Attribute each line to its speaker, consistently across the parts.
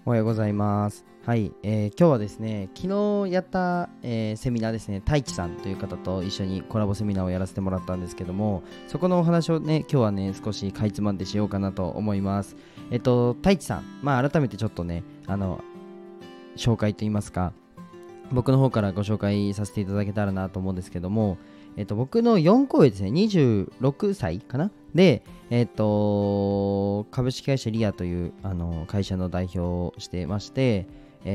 Speaker 1: おはようございます。はい、今日はですね、昨日やった、セミナーですね、太一さんという方と一緒にコラボセミナーをやらせてもらったんですけども、そこのお話をね、今日はね、少しかいつまんでしようかなと思います。太一さん、改めてちょっとね、紹介といいますか、僕の方からご紹介させていただけたらなと思うんですけども、僕の4個上ですね、26歳かなで、株式会社リアという会社の代表をしてまして、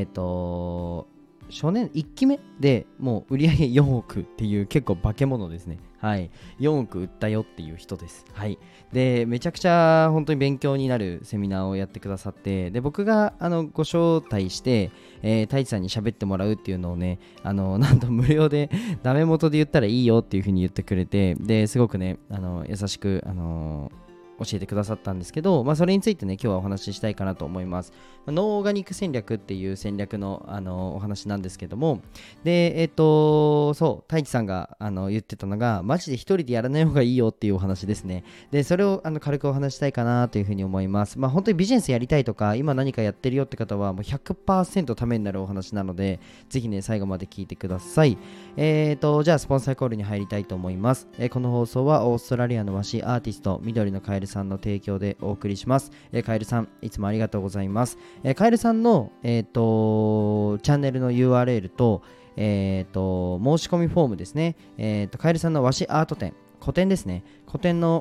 Speaker 1: 初年1期目でもう売上4億っていう結構化け物ですね。はい。4億売ったよっていう人です。はい。で、めちゃくちゃ本当に勉強になるセミナーをやってくださって、で、僕がご招待して、太一さんに喋ってもらうっていうのをね、なんと無料でダメ元で言ったらいいよっていう風に言ってくれて、ですごくね、優しく、教えてくださったんですけど、それについてね、今日はお話ししたいかなと思います。ノーオーガニック戦略っていう戦略の、お話なんですけども、で、そう、太一さんが言ってたのが、マジで一人でやらない方がいいよっていうお話ですね。で、それを軽くお話したいかなというふうに思います。本当にビジネスやりたいとか、今何かやってるよって方は、もう 100% ためになるお話なので、ぜひね、最後まで聞いてください。じゃあ、スポンサーコールに入りたいと思います。この放送は、オーストラリアの和紙アーティスト、緑のカエルさんの提供でお送りします。カエルさん、いつもありがとうございます。カエルさんの、チャンネルの URL と、申し込みフォームですね。カエルさんの和紙アート展、個展ですね。個展の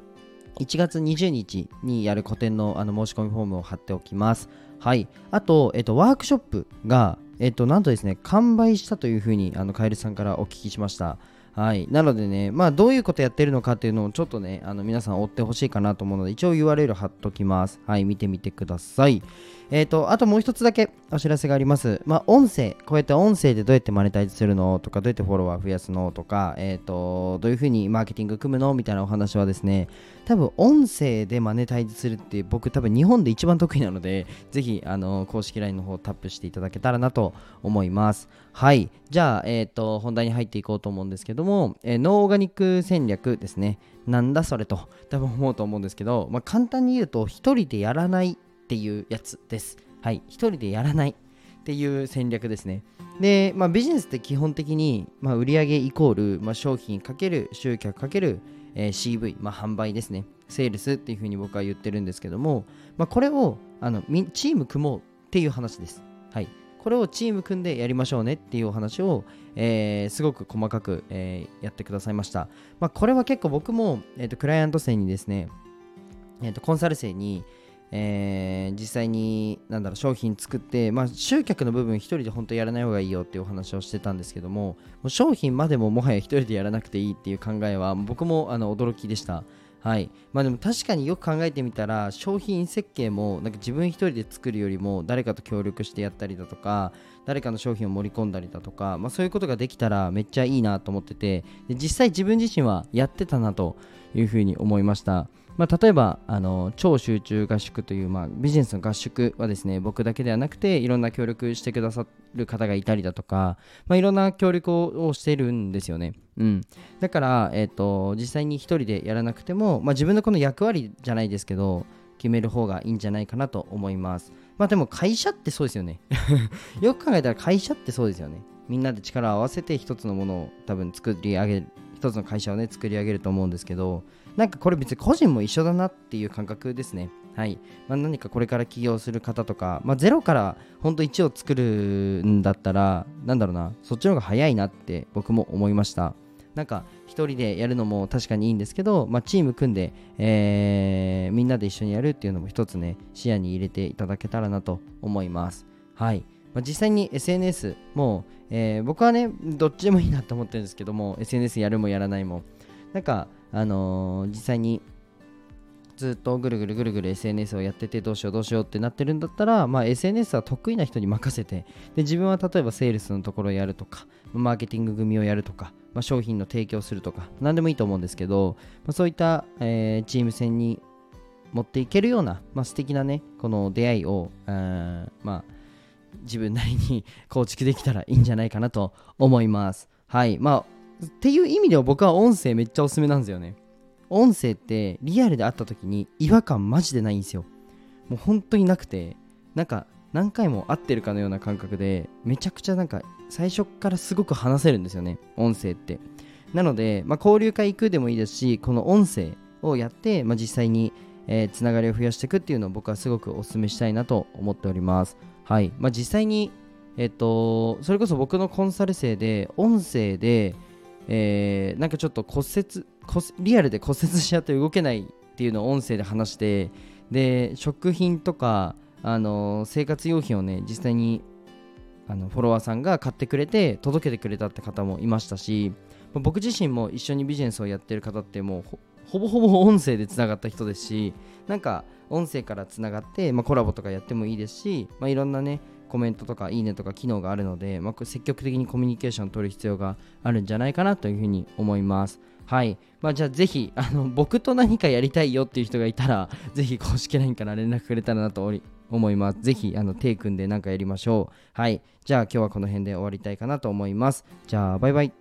Speaker 1: 1月20日にやる個展の、申し込みフォームを貼っておきます。はい。あと、ワークショップが、なんとですね、完売したというふうに、カエルさんからお聞きしました。はい。なのでね、どういうことやってるのかっていうのをちょっとね、皆さん追ってほしいかなと思うので、一応 URL 貼っときます。はい。見てみてください。あともう一つだけお知らせがあります。音声、こうやって音声でどうやってマネタイズするのとか、どうやってフォロワー増やすのとか、どういうふうにマーケティング組むのみたいなお話はですね、多分音声でマネタイズするって僕多分日本で一番得意なので、ぜひ公式 LINE の方をタップしていただけたらなと思います。はい。じゃあ、本題に入っていこうと思うんですけども、ノーオーガニック戦略ですね。なんだそれと多分思うと思うんですけど、簡単に言うと一人でやらないっていうやつです。はい。一人でやらないっていう戦略ですね。で、ビジネスって基本的に、売上イコール、商品かける集客かける、CV、販売ですね。セールスっていうふうに僕は言ってるんですけども、これをチーム組もうっていう話です。はい。これをチーム組んでやりましょうねっていうお話を、すごく細かく、やってくださいました。これは結構僕も、クライアント生にですね、コンサル生に、実際に商品作って、集客の部分一人で本当やらない方がいいよっていうお話をしてたんですけども、もう商品までももはや一人でやらなくていいっていう考えは僕も驚きでした。はい。でも確かによく考えてみたら、商品設計も自分一人で作るよりも誰かと協力してやったりだとか、誰かの商品を盛り込んだりだとか、そういうことができたらめっちゃいいなと思ってて、で実際自分自身はやってたなというふうに思いました。例えば超集中合宿という、ビジネスの合宿はですね、僕だけではなくていろんな協力してくださる方がいたりだとか、いろんな協力をしてるんですよね。だから、実際に一人でやらなくても、自分のこの役割じゃないですけど決める方がいいんじゃないかなと思います。でも会社ってそうですよね。よく考えたら会社ってそうですよね。みんなで力を合わせて一つのものを多分作り上げる、一つの会社をね作り上げると思うんですけど、これ別に個人も一緒だなっていう感覚ですね。はい。何かこれから起業する方とか、ゼロから本当1を作るんだったら、そっちの方が早いなって僕も思いました。一人でやるのも確かにいいんですけど、チーム組んで、みんなで一緒にやるっていうのも一つね、視野に入れていただけたらなと思います。はい。実際に SNS も、僕はね、どっちでもいいなと思ってるんですけども、SNS やるもやらないも。実際にずっとぐるぐるぐるぐる SNS をやっててどうしようってなってるんだったら、SNS は得意な人に任せて、で自分は例えばセールスのところをやるとか、マーケティング組をやるとか、商品の提供するとか何でもいいと思うんですけど、そういった、チーム戦に持っていけるような、素敵なねこの出会いを自分なりに構築できたらいいんじゃないかなと思います。はい。っていう意味では僕は音声めっちゃおすすめなんですよね。音声ってリアルで会った時に違和感マジでないんですよ。もう本当になくて、 何回も会ってるかのような感覚で、めちゃくちゃなんか最初からすごく話せるんですよね、音声って。なので、交流会行くでもいいですし、この音声をやって、実際に、つながりを増やしていくっていうのを僕はすごくお勧めしたいなと思っております。はい。実際に、それこそ僕のコンサル生で、音声で、なんかちょっとリアルで骨折しちゃって動けないっていうのを音声で話して、で、食品とか、生活用品をね、実際にフォロワーさんが買ってくれて届けてくれたって方もいましたし、僕自身も一緒にビジネスをやってる方ってもうほぼほぼ音声でつながった人ですし、なんか音声からつながって、コラボとかやってもいいですし、いろんなねコメントとかいいねとか機能があるので、積極的にコミュニケーションを取る必要があるんじゃないかなというふうに思います。はい。じゃあぜひ僕と何かやりたいよっていう人がいたら、ぜひ公式 LINE から連絡くれたらなと思います。ぜひ手組んで何かやりましょう。はい。じゃあ今日はこの辺で終わりたいかなと思います。じゃあバイバイ。